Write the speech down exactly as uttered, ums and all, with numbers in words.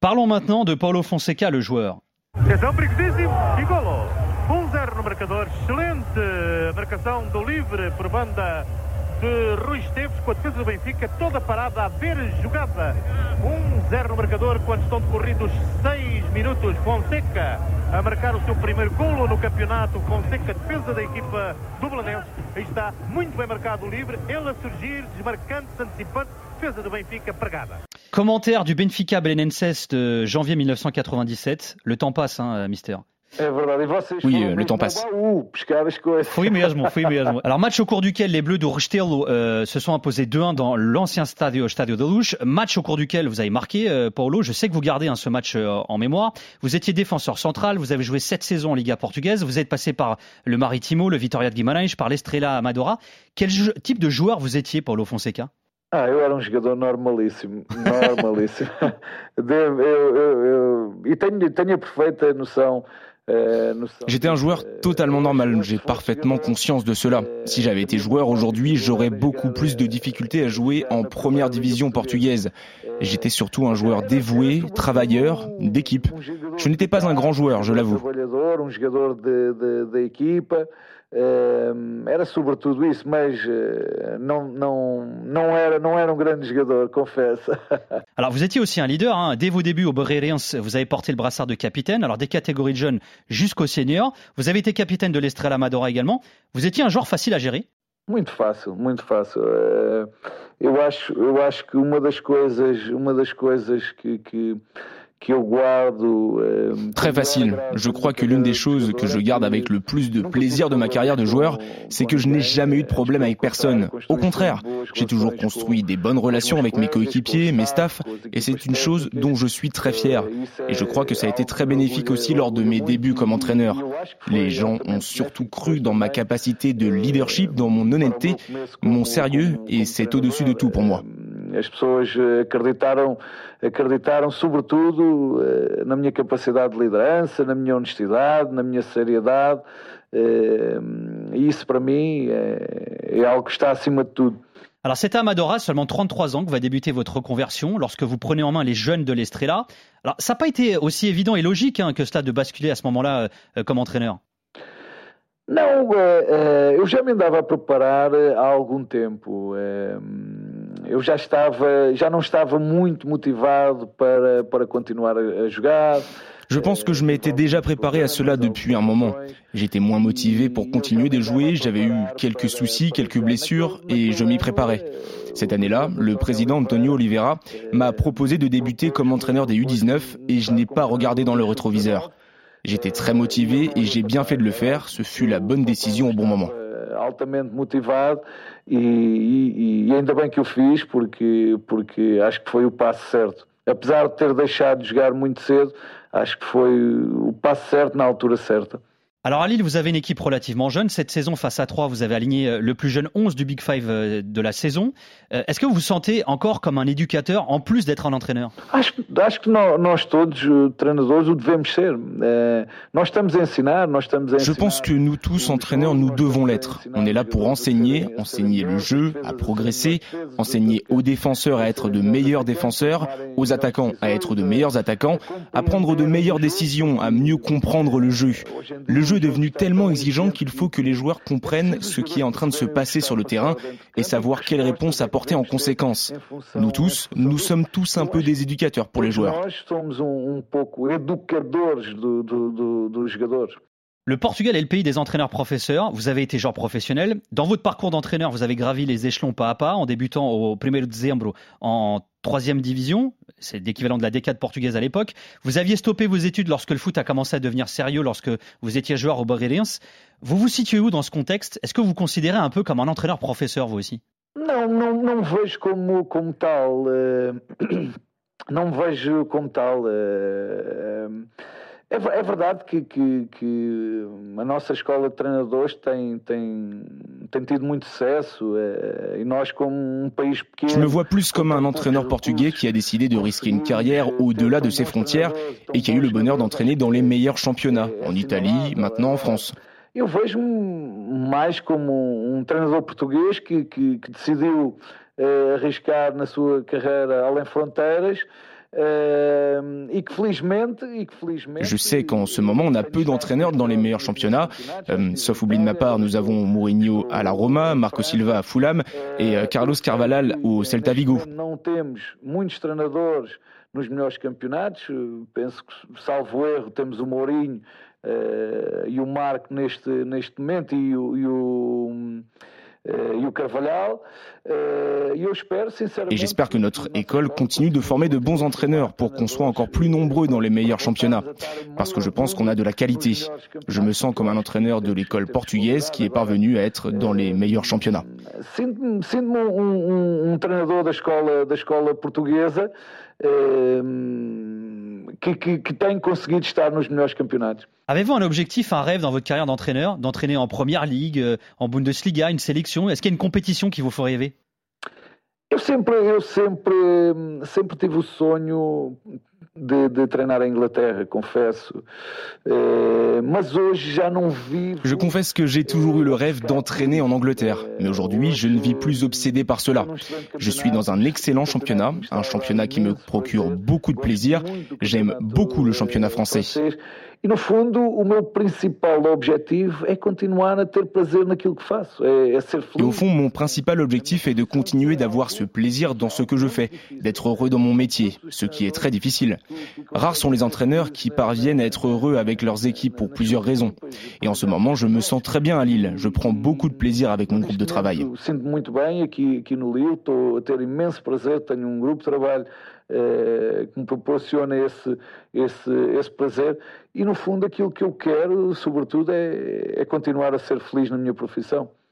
Parlons maintenant de Paulo Fonseca, le joueur. Atenção, perigosíssimo e golo. um zero no marcador. Excelente marcação do livre por banda de Rui Esteves com a defesa do Benfica toda parada a ver jogada. um zero no marcador quando estão decorridos seis minutos. Fonseca a marcar o seu primeiro golo no campeonato. Fonseca, defesa da equipa do Belenenses. Aí está, muito bem marcado o livre. Ele a surgir, desmarcante, antecipante. Defesa do Benfica pregada. Commentaire du Benfica Belenenses de janvier mille neuf cent quatre-vingt-dix-sept. Le temps passe, hein, Mister. É verdade, e vocês Oui, foram le mesmo temps passe. ao baú pescar as coisas. Foi mesmo, foi mesmo. Alors match au cours duquel les Bleus de Restelo euh, se sont imposés deux un dans l'ancien Stadio, Stadio de Luz. Match au cours duquel vous avez marqué, euh, Paulo. Je sais que vous gardez hein, ce match euh, en mémoire. Vous étiez défenseur central, vous avez joué sept saisons en Liga portugaise. Vous êtes passé par le Marítimo, le Vitória de Guimarães, par l'Estrela Amadora. Quel jeu- type de joueur vous étiez, Paulo Fonseca? Ah, eu era um jogador normalíssimo, normalíssimo. Devo- eu, eu, eu, e tenho, tenho a perfeita noção. euh, noção J'étais un joueur totalement normal, j'ai parfaitement conscience de cela. Si j'avais été joueur aujourd'hui, j'aurais beaucoup plus de difficultés à jouer en première division portugaise. J'étais surtout un joueur dévoué, travailleur, d'équipe. Je n'étais pas un grand joueur, je l'avoue. Trabalhador, um jogador de, de, da equipa. eh, Era sobretudo isso, mas eh, não, não, não, era, não era um grande jogador, confesso. Alors vous étiez aussi un leader. Hein. Dès vos débuts au Barreirense, vous avez porté le brassard de capitaine. Alors des catégories de jeunes jusqu'au senior. Vous avez été capitaine de l'Estrela Amadora également. Vous étiez un joueur facile à gérer. Muito fácil, muito fácil. Eh, Eu acho, eu acho que uma das coisas, uma das coisas que, que, que eu guardo. eh, Très facile. Je crois que l'une des choses que je garde avec le plus de plaisir de ma carrière de joueur, c'est que je n'ai jamais eu de problème avec personne. Au contraire, j'ai toujours construit des bonnes relations avec mes coéquipiers, mes staffs, et c'est une chose dont je suis très fier. Et je crois que ça a été très bénéfique aussi lors de mes débuts comme entraîneur. Les gens ont surtout cru dans ma capacité de leadership, dans mon honnêteté, mon sérieux, et c'est au-dessus de tout pour moi. As pessoas eh, acreditaram, acreditaram sobretudo eh, na minha capacidade de liderança, na minha honestidade, na minha seriedade. eh, E isso para mim é, é algo que está acima de tudo. Alors c'est à Amadora, seulement trente-trois ans, que va débuter votre reconversion lorsque vous prenez en main les jeunes de l'Estrela. Alors ça n'a pas été aussi évident et logique hein, que cela de basculer à ce moment-là euh, comme entraîneur. Não, eh, eh, eu já me andava a preparar eh, há algum tempo. eh, Eu já estava, já não estava muito motivado para, para continuar a, a jogar. Je pense que je m'étais déjà préparé à cela depuis un moment. J'étais moins motivé pour continuer de jouer, j'avais eu quelques soucis, quelques blessures et je m'y préparais. Cette année-là, le président Antonio Oliveira m'a proposé de débuter comme entraîneur des U dix-neuf et je n'ai pas regardé dans le rétroviseur. J'étais très motivé et j'ai bien fait de le faire, ce fut la bonne décision au bon moment. Altamente motivado e, e, e ainda bem que o fiz porque, porque acho que foi o passo certo. Apesar de ter deixado de jogar muito cedo, acho que foi o passo certo na altura certa. Alors à Lille, vous avez une équipe relativement jeune. Cette saison, face à Troyes, vous avez aligné le plus jeune onze du Big Five de la saison. Est-ce que vous vous sentez encore comme un éducateur en plus d'être un entraîneur? Acho, acho que nós, nós todos, treinadores, o devemos ser. Eh, nós estamos a ensinar, nós estamos a Je ensinar. pense que nous tous, entraîneurs, nous devons l'être. On est là pour enseigner, enseigner le jeu, à progresser, enseigner aux défenseurs à être de meilleurs défenseurs, aux attaquants à être de meilleurs attaquants, à prendre de meilleures décisions, à mieux comprendre le jeu. Le jeu est devenu tellement exigeant qu'il faut que les joueurs comprennent ce qui est en train de se passer sur le terrain et savoir quelles réponses apporter en conséquence. Nous tous, nous sommes tous un peu des éducateurs pour les joueurs. Nós somos um, um pouco educadores do, do, do, dos jogadores. Le Portugal est le pays des entraîneurs-professeurs. Vous avez été joueur professionnel. Dans votre parcours d'entraîneur, vous avez gravi les échelons pas à pas en débutant au primeiro de dezembro en troisième division. C'est l'équivalent de la décade portugaise à l'époque. Vous aviez stoppé vos études lorsque le foot a commencé à devenir sérieux, lorsque vous étiez joueur au Barreirense. Vous vous situez où dans ce contexte? Est-ce que vous vous considérez un peu comme un entraîneur-professeur, vous aussi? Não, não, não me vejo como, como tal. eh, Não me vejo como tal. eh, É, ver- é verdade que, que, que a nossa escola de treinadores tem, tem, tem tido muito sucesso eh, e nós, como um país pequeno. Je me vois plus comme un entraîneur portugais qui a décidé de risquer une carrière au-delà de ses frontières et qui a eu le bonheur d'entraîner dans les meilleurs championnats, en Italie, maintenant en France. Eu vejo-me mais como um treinador português que, que, que decidiu eh, arriscar na sua carreira além fronteiras eh, Je sais qu'en ce moment, on a peu d'entraîneurs dans les meilleurs championnats. Euh, sauf oubli de ma part, nous avons Mourinho à la Roma, Marco Silva à Fulham et euh, Carlos Carvalhal au Celta Vigo. Não temos muitos treinadores nos melhores campeonatos. Penso que, salvo erro, temos o Mourinho uh, e o Marco neste, neste momento e o, e o et j'espère que notre école continue de former de bons entraîneurs pour qu'on soit encore plus nombreux dans les meilleurs championnats. Parce que je pense qu'on a de la qualité. Je me sens comme un entraîneur de l'école portugaise qui est parvenu à être dans les meilleurs championnats. Sinto-me um, um treinador da escola, da escola portuguesa que, que, que tem conseguido estar nos melhores campeonatos. Avez-vous un objectif, un rêve dans votre carrière d'entraîneur, d'entraîner en Première Ligue, en Bundesliga, une sélection? Est-ce qu'il y a une compétition qui vous fait rêver? Eu sempre, eu sempre, sempre tive o sonho de, de treinar a Inglaterra, confesso. Euh, mas hoje já não vivo. Je confesse que j'ai toujours eu le rêve d'entraîner en Angleterre, mais aujourd'hui je ne vis plus obsédé par cela. Je suis dans un excellent championnat, un championnat qui me procure beaucoup de plaisir. J'aime beaucoup le championnat français. E no fundo, o meu principal objetivo é continuar a ter prazer naquilo que faço, é, é ser feliz. Et au fond, mon principal objectif est de continuer d'avoir ce plaisir dans ce que je fais, d'être heureux dans mon métier, ce qui est très difficile. Rares sont les entraîneurs qui parviennent à être heureux avec leurs équipes pour plusieurs raisons. Et en ce moment, je me sens très bien à Lille. Je prends beaucoup de plaisir avec mon groupe de travail. Sinto muito bem aqui, aqui no Lille, estou a ter imenso prazer, tenho um grupo de trabalho que me proporciona esse, esse, esse prazer e no fundo aquilo que eu quero, sobretudo, é, é continuar a ser feliz na minha profissão.